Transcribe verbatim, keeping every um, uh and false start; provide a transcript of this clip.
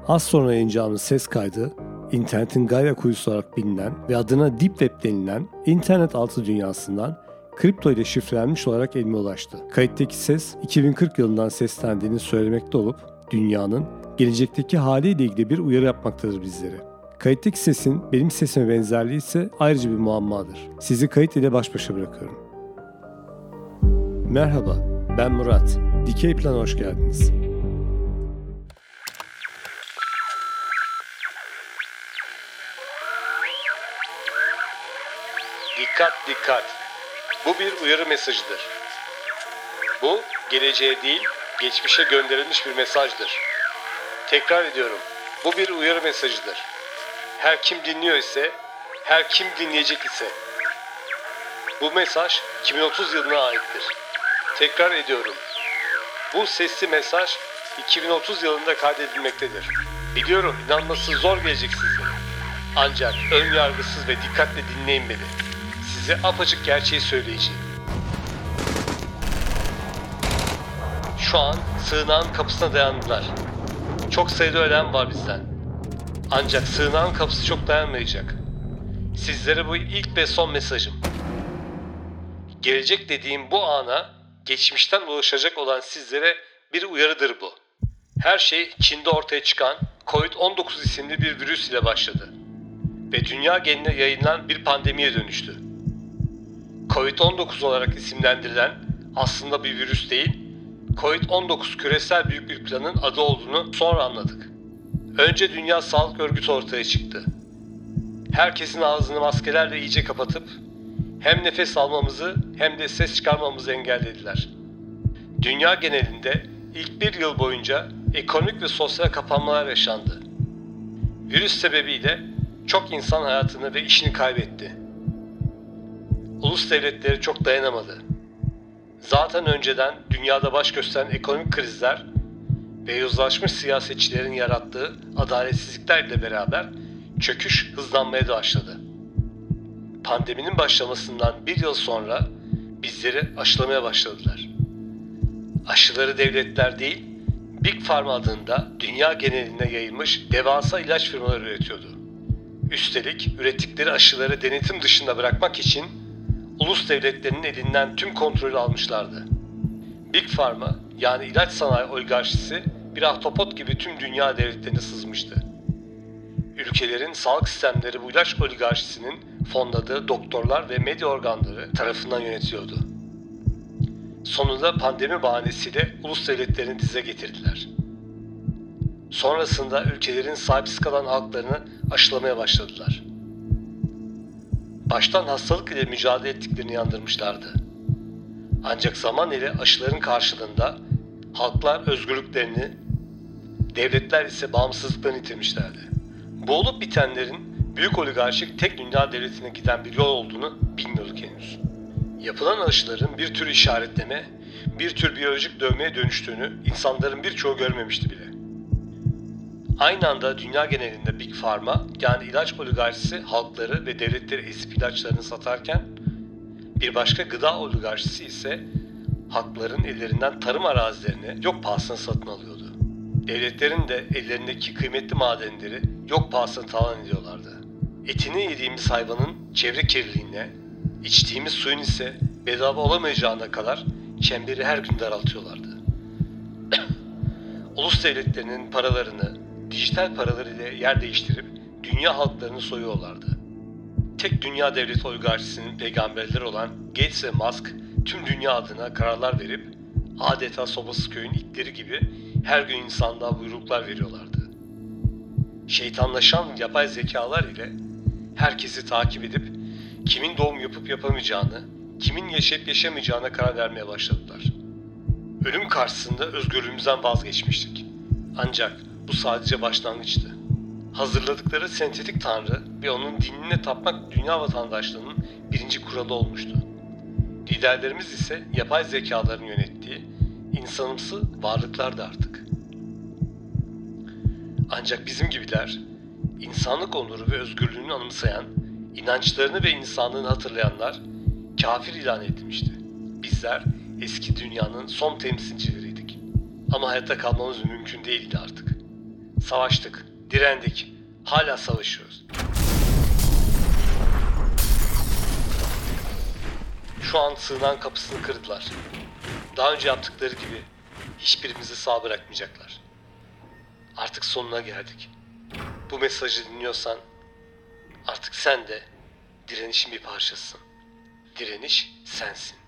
Az sonra yayınlayacağımız ses kaydı, internetin Gaia kuyusu olarak bilinen ve adına Deep Web denilen internet altı dünyasından kripto ile şifrelenmiş olarak elime ulaştı. Kayıttaki ses iki bin kırk yılından seslendiğini söylemekte olup dünyanın gelecekteki haliyle ilgili bir uyarı yapmaktadır bizlere. Kayıttaki sesin benim sesime benzerliği ise ayrıca bir muammadır. Sizi kayıt ile baş başa bırakıyorum. Merhaba, ben Murat. Dikey Plan'a hoş geldiniz. Dikkat dikkat! Bu bir uyarı mesajıdır. Bu, geleceğe değil, geçmişe gönderilmiş bir mesajdır. Tekrar ediyorum, bu bir uyarı mesajıdır. Her kim dinliyor ise, her kim dinleyecek ise. Bu mesaj iki bin otuz yılına aittir. Tekrar ediyorum, bu sesli mesaj iki bin otuz yılında kaydedilmektedir. Biliyorum, inanması zor gelecek sizlere. Ancak ön yargısız ve dikkatle dinleyin beni. Size apaçık gerçeği söyleyeceğim. Şu an sığınağın kapısına dayandılar. Çok sayıda ölen var bizden. Ancak sığınağın kapısı çok dayanmayacak. Sizlere bu ilk ve son mesajım. Gelecek dediğim bu ana, geçmişten ulaşacak olan sizlere bir uyarıdır bu. Her şey Çin'de ortaya çıkan kovid on dokuz isimli bir virüs ile başladı. Ve dünya geneline yayılan bir pandemiye dönüştü. kovid on dokuz olarak isimlendirilen aslında bir virüs değil, kovid on dokuz küresel büyük bir planın adı olduğunu sonra anladık. Önce Dünya Sağlık Örgütü ortaya çıktı. Herkesin ağzını maskelerle iyice kapatıp hem nefes almamızı hem de ses çıkarmamızı engellediler. Dünya genelinde ilk bir yıl boyunca ekonomik ve sosyal kapanmalar yaşandı. Virüs sebebiyle çok insan hayatını ve işini kaybetti. Ulus devletleri çok dayanamadı. Zaten önceden dünyada baş gösteren ekonomik krizler ve yozlaşmış siyasetçilerin yarattığı adaletsizliklerle beraber çöküş hızlanmaya da başladı. Pandeminin başlamasından bir yıl sonra bizleri aşılamaya başladılar. Aşıları devletler değil, Big Pharma adında dünya geneline yayılmış devasa ilaç firmaları üretiyordu. Üstelik ürettikleri aşıları denetim dışında bırakmak için ulus devletlerinin elinden tüm kontrolü almışlardı. Big Pharma yani ilaç sanayi oligarşisi bir ahtapot gibi tüm dünya devletlerine sızmıştı. Ülkelerin sağlık sistemleri bu ilaç oligarşisinin fonladığı doktorlar ve medya organları tarafından yönetiliyordu. Sonunda pandemi bahanesiyle ulus devletlerini dize getirdiler. Sonrasında ülkelerin sahipsiz kalan halklarını aşılamaya başladılar. Baştan hastalık ile mücadele ettiklerini yandırmışlardı. Ancak zaman ile aşıların karşılığında halklar özgürlüklerini, devletler ise bağımsızlıklarını yitirmişlerdi. Bu olup bitenlerin büyük oligarşik tek dünya devletine giden bir yol olduğunu bilmiyorduk henüz. Yapılan aşıların bir tür işaretleme, bir tür biyolojik dövmeye dönüştüğünü insanların birçoğu görmemişti bile. Aynı anda dünya genelinde Big Pharma yani ilaç oligarşisi halkları ve devletleri ezip ilaçlarını satarken bir başka gıda oligarşisi ise halkların ellerinden tarım arazilerini yok pahasına satın alıyordu. Devletlerin de ellerindeki kıymetli madenleri yok pahasına talan ediyorlardı. Etini yediğimiz hayvanın çevre kirliliğine, içtiğimiz suyun ise bedava olamayacağına kadar çemberi her gün daraltıyorlardı. Ulus devletlerinin paralarını dijital paralar ile yer değiştirip dünya halklarını soyuyorlardı. Tek dünya devleti oligarşisinin peygamberleri olan Gates ve Musk tüm dünya adına kararlar verip adeta sobasız köyün itleri gibi her gün insanlığa buyruklar veriyorlardı. Şeytanlaşan yapay zekalar ile herkesi takip edip kimin doğum yapıp yapamayacağını, kimin yaşayıp yaşamayacağına karar vermeye başladılar. Ölüm karşısında özgürlüğümüzden vazgeçmiştik. Ancak bu sadece başlangıçtı. Hazırladıkları sentetik tanrı ve onun dinine tapmak dünya vatandaşlığının birinci kuralı olmuştu. Liderlerimiz ise yapay zekaların yönettiği insanımsı varlıklardı artık. Ancak bizim gibiler, insanlık onuru ve özgürlüğünü anımsayan, inançlarını ve insanlığını hatırlayanlar kafir ilan edilmişti. Bizler eski dünyanın son temsilcileriydik. Ama hayatta kalmamız mümkün değildi artık. Savaştık, direndik, hala savaşıyoruz. Şu an sığınan kapısını kırdılar. Daha önce yaptıkları gibi hiçbirimizi sağ bırakmayacaklar. Artık sonuna geldik. Bu mesajı dinliyorsan artık sen de direnişin bir parçasısın. Direniş sensin.